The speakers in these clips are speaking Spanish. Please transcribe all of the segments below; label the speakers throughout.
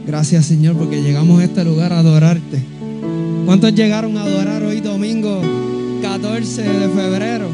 Speaker 1: Gracias, Señor, porque llegamos a este lugar a adorarte. ¿Cuántos llegaron a adorar hoy domingo 14 de febrero?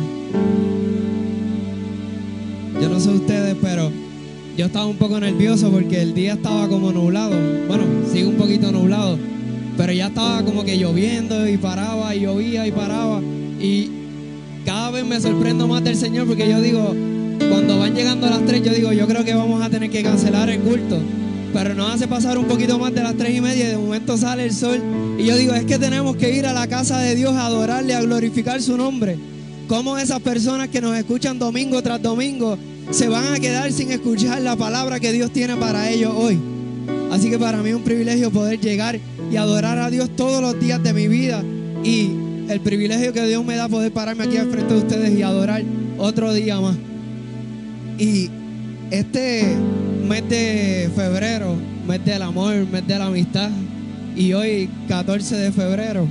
Speaker 1: Yo no sé ustedes, pero yo estaba un poco nervioso porque el día estaba como nublado. Bueno, sigue un poquito nublado, pero ya estaba como que lloviendo y paraba y llovía y paraba. Y cada vez me sorprendo más del Señor porque yo digo, cuando van llegando a las 3, yo digo, yo creo que vamos a tener que cancelar el culto. Pero nos hace pasar un poquito más de las 3:30 y de momento sale el sol. Y yo digo, es que tenemos que ir a la casa de Dios a adorarle, a glorificar su nombre. Cómo esas personas que nos escuchan domingo tras domingo se van a quedar sin escuchar la palabra que Dios tiene para ellos hoy. Así que para mí es un privilegio poder llegar y adorar a Dios todos los días de mi vida. Y el privilegio que Dios me da poder pararme aquí al frente de ustedes y adorar otro día más. Y este mes de febrero, mes del amor, mes de la amistad, y hoy 14 de febrero,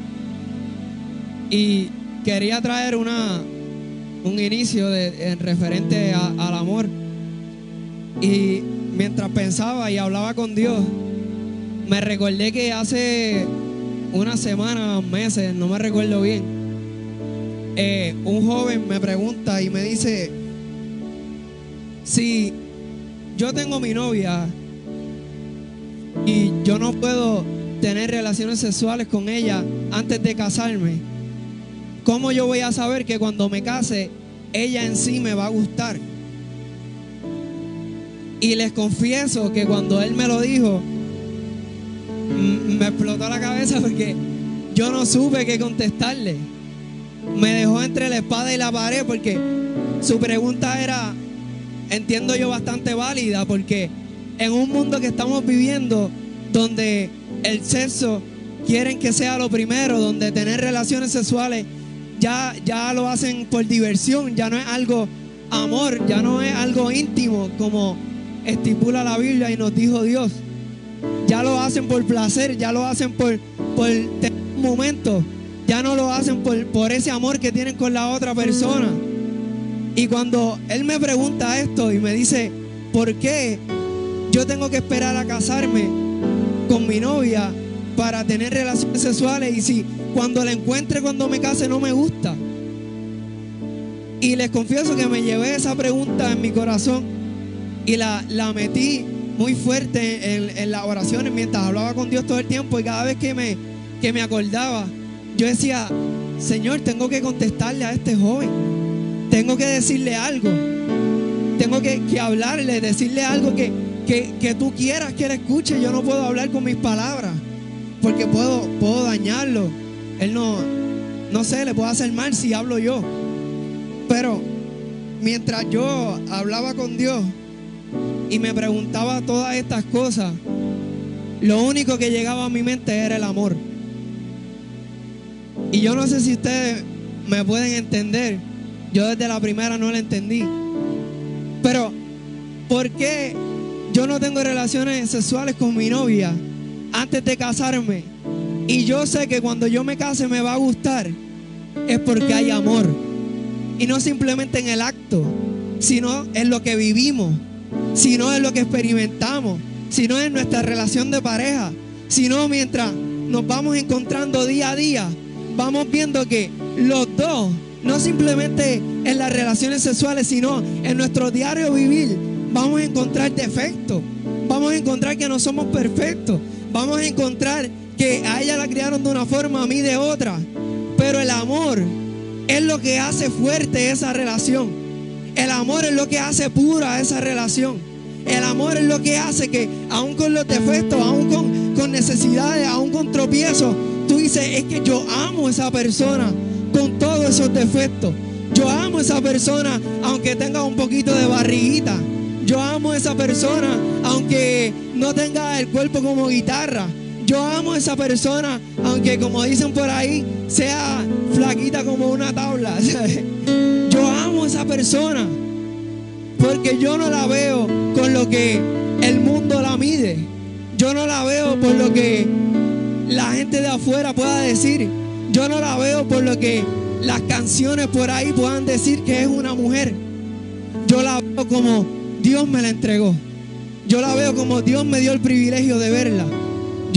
Speaker 1: y quería traer un inicio en referente al amor. Y mientras pensaba y hablaba con Dios, me recordé que hace una semana, meses, no me recuerdo bien, un joven me pregunta y me dice, si yo tengo mi novia y yo no puedo tener relaciones sexuales con ella antes de casarme, ¿cómo yo voy a saber que cuando me case ella en sí me va a gustar? Y les confieso que cuando él me lo dijo, me explotó la cabeza porque yo no supe qué contestarle. Me dejó entre la espada y la pared porque su pregunta era, entiendo yo, bastante válida, porque en un mundo que estamos viviendo donde el sexo quieren que sea lo primero, donde tener relaciones sexuales ya lo hacen por diversión, ya no es algo amor, ya no es algo íntimo como estipula la Biblia y nos dijo Dios. Ya lo hacen por placer, ya lo hacen por tener un momento, ya no lo hacen por ese amor que tienen con la otra persona. Y cuando él me pregunta esto y me dice, ¿por qué yo tengo que esperar a casarme con mi novia para tener relaciones sexuales? Y si cuando la encuentre, cuando me case, no me gusta. Y les confieso que me llevé esa pregunta en mi corazón y la metí muy fuerte en las oraciones mientras hablaba con Dios todo el tiempo. Y cada vez que me acordaba, yo decía, Señor, tengo que contestarle a este joven. Tengo que decirle algo. Tengo que hablarle, decirle algo que tú quieras que él escuche. Yo no puedo hablar con mis palabras porque puedo dañarlo. Él no sé, le puedo hacer mal si hablo yo. Pero mientras yo hablaba con Dios y me preguntaba todas estas cosas, lo único que llegaba a mi mente era el amor. Y yo no sé si ustedes me pueden entender. Yo desde la primera no la entendí. Pero ¿por qué yo no tengo relaciones sexuales con mi novia antes de casarme? Y yo sé que cuando yo me case me va a gustar. Es porque hay amor. Y no simplemente en el acto, sino en lo que vivimos, sino en lo que experimentamos, sino en nuestra relación de pareja, sino mientras nos vamos encontrando día a día, vamos viendo que los dos, no simplemente en las relaciones sexuales, sino en nuestro diario vivir, vamos a encontrar defectos, vamos a encontrar que no somos perfectos, vamos a encontrar que a ella la criaron de una forma, a mí de otra. Pero el amor es lo que hace fuerte esa relación. El amor es lo que hace pura esa relación. El amor es lo que hace que aún con los defectos, aún con necesidades, aún con tropiezos, tú dices, es que yo amo a esa persona con todos esos defectos. Yo amo a esa persona aunque tenga un poquito de barriguita. Yo amo a esa persona aunque no tenga el cuerpo como guitarra. Yo amo a esa persona aunque, como dicen por ahí, sea flaquita como una tabla. Yo amo a esa persona porque yo no la veo con lo que el mundo la mide. Yo no la veo por lo que la gente de afuera pueda decir. Yo no la veo por lo que las canciones por ahí puedan decir que es una mujer. Yo la veo como Dios me la entregó. Yo la veo como Dios me dio el privilegio de verla.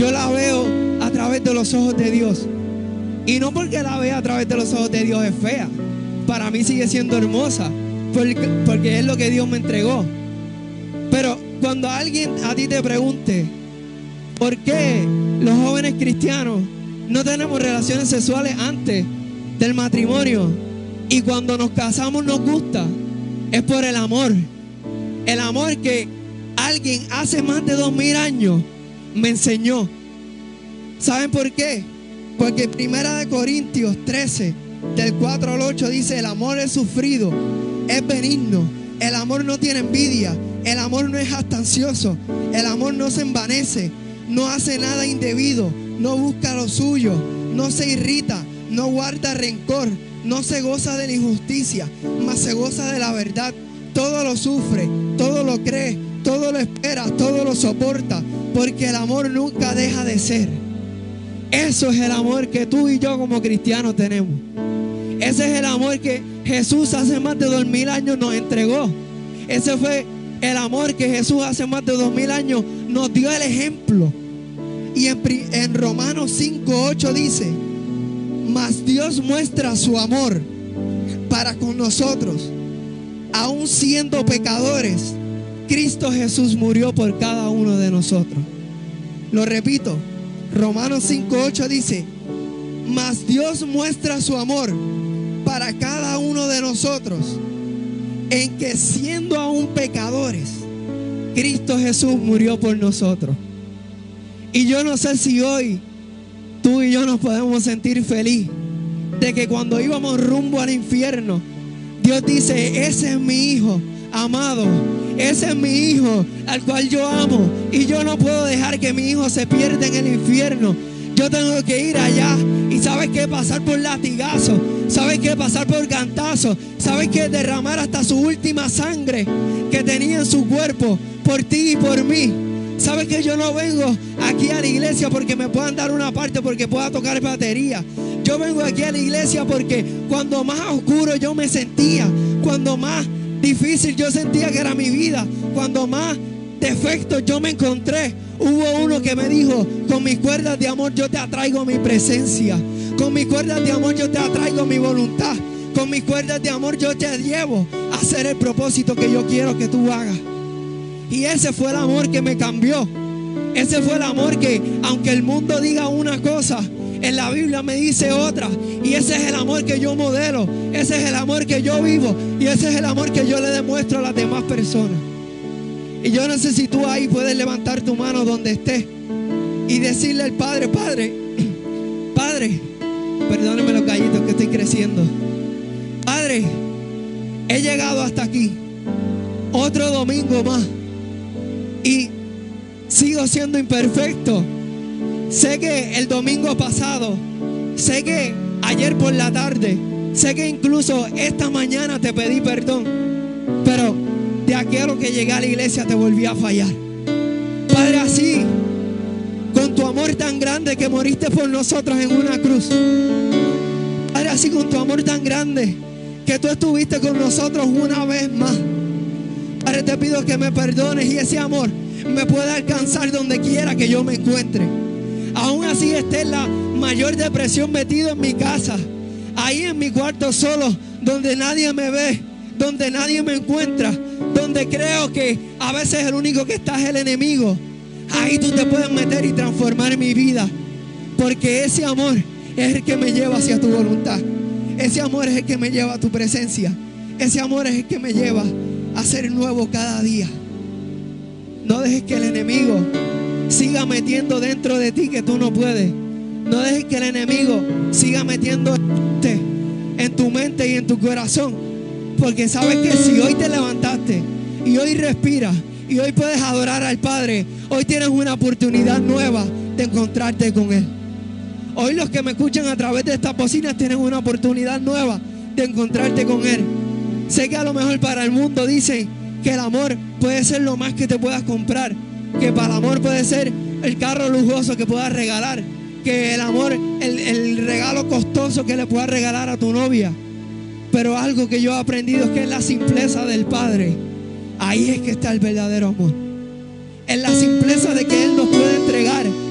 Speaker 1: yo la veo a través de los ojos de Dios. Y no porque la vea a través de los ojos de Dios es fea. Para mí sigue siendo hermosa, porque es lo que Dios me entregó. Pero cuando alguien a ti te pregunte ¿por qué los jóvenes cristianos no tenemos relaciones sexuales antes del matrimonio y cuando nos casamos nos gusta? Es por el amor. El amor que alguien hace más de 2000 años me enseñó. ¿Saben por qué? Porque 1 Corintios 13, del 4 al 8 dice: el amor es sufrido, es benigno, el amor no tiene envidia, el amor no es jactancioso, el amor no se envanece, no hace nada indebido, no busca lo suyo, no se irrita, no guarda rencor, no se goza de la injusticia, mas se goza de la verdad. Todo lo sufre, todo lo cree, todo lo espera, todo lo soporta, porque el amor nunca deja de ser. Eso es el amor que tú y yo como cristianos tenemos. Ese es el amor que Jesús hace más de 2000 años nos entregó. Ese fue el amor que Jesús hace más de 2000 años nos dio el ejemplo. Y en Romanos 5:8 dice: mas Dios muestra su amor para con nosotros, aun siendo pecadores, Cristo Jesús murió por cada uno de nosotros. Lo repito, Romanos 5:8 dice: mas Dios muestra su amor para cada uno de nosotros, en que siendo aún pecadores, Cristo Jesús murió por nosotros. Y yo no sé si hoy tú y yo nos podemos sentir feliz de que cuando íbamos rumbo al infierno, Dios dice: ese es mi hijo amado, ese es mi hijo al cual yo amo, y yo no puedo dejar que mi hijo se pierda en el infierno. Yo tengo que ir allá. Y ¿sabes qué? Pasar por latigazos. ¿Sabes qué? Pasar por cantazos. ¿Sabes qué? Derramar hasta su última sangre que tenía en su cuerpo por ti y por mí. ¿Sabes que yo no vengo aquí a la iglesia porque me puedan dar una parte, porque pueda tocar batería? Yo vengo aquí a la iglesia porque cuando más oscuro yo me sentía, cuando más difícil yo sentía que era mi vida, cuando más defectos yo me encontré, hubo uno que me dijo: con mis cuerdas de amor yo te atraigo mi presencia, con mis cuerdas de amor yo te atraigo mi voluntad, con mis cuerdas de amor yo te llevo a hacer el propósito que yo quiero que tú hagas. Y ese fue el amor que me cambió. Ese fue el amor que, aunque el mundo diga una cosa, en la Biblia me dice otra. Y ese es el amor que yo modelo, ese es el amor que yo vivo, y ese es el amor que yo le demuestro a las demás personas. Y yo no sé si tú ahí puedes levantar tu mano donde estés y decirle al Padre: Padre, perdóneme los gallitos que estoy creciendo. Padre, he llegado hasta aquí, otro domingo más, y sigo siendo imperfecto. Sé que el domingo pasado, sé que ayer por la tarde, sé que incluso esta mañana te pedí perdón, pero de aquí a lo que llegué a la iglesia te volví a fallar. Padre, así, con tu amor tan grande que moriste por nosotros en una cruz, Padre, así con tu amor tan grande que tú estuviste con nosotros una vez más, Padre, te pido que me perdones y ese amor me pueda alcanzar donde quiera que yo me encuentre. Aún así esté en la mayor depresión, metido en mi casa, ahí en mi cuarto solo, donde nadie me ve, donde nadie me encuentra, donde creo que a veces el único que está es el enemigo. Ahí tú te puedes meter y transformar mi vida, porque ese amor es el que me lleva hacia tu voluntad. Ese amor es el que me lleva a tu presencia. Ese amor es el que me lleva a ser nuevo cada día. No dejes que el enemigo siga metiendo dentro de ti que tú no puedes. No dejes que el enemigo siga metiendo en tu mente y en tu corazón, porque sabes que si hoy te levantaste y hoy respiras y hoy puedes adorar al Padre, hoy tienes una oportunidad nueva de encontrarte con Él. Hoy los que me escuchan a través de estas bocinas tienen una oportunidad nueva de encontrarte con Él. Sé que a lo mejor para el mundo dicen que el amor puede ser lo más que te puedas comprar, que para el amor puede ser el carro lujoso que puedas regalar, que el amor, el regalo costoso que le puedas regalar a tu novia. Pero algo que yo he aprendido es que en la simpleza del Padre, ahí es que está el verdadero amor. En la simpleza de que Él nos puede entregar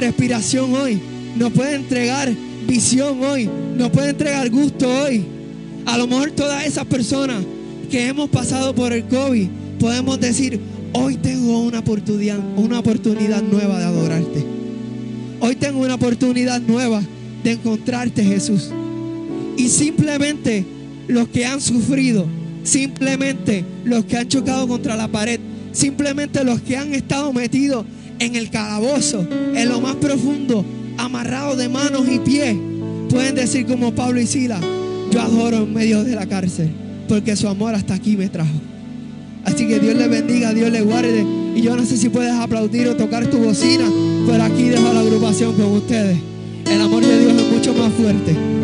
Speaker 1: respiración hoy, nos puede entregar visión hoy, nos puede entregar gusto hoy. A lo mejor todas esas personas que hemos pasado por el COVID podemos decir: hoy tengo una oportunidad nueva de adorarte. Hoy tengo una oportunidad nueva de encontrarte, Jesús. Y simplemente los que han sufrido, simplemente los que han chocado contra la pared, simplemente los que han estado metidos en el calabozo, en lo más profundo, amarrados de manos y pies, pueden decir como Pablo y Silas: yo adoro en medio de la cárcel, porque su amor hasta aquí me trajo. Así que Dios les bendiga, Dios les guarde. Y yo no sé si puedes aplaudir o tocar tu bocina, pero aquí dejo la agrupación con ustedes. El amor de Dios es mucho más fuerte.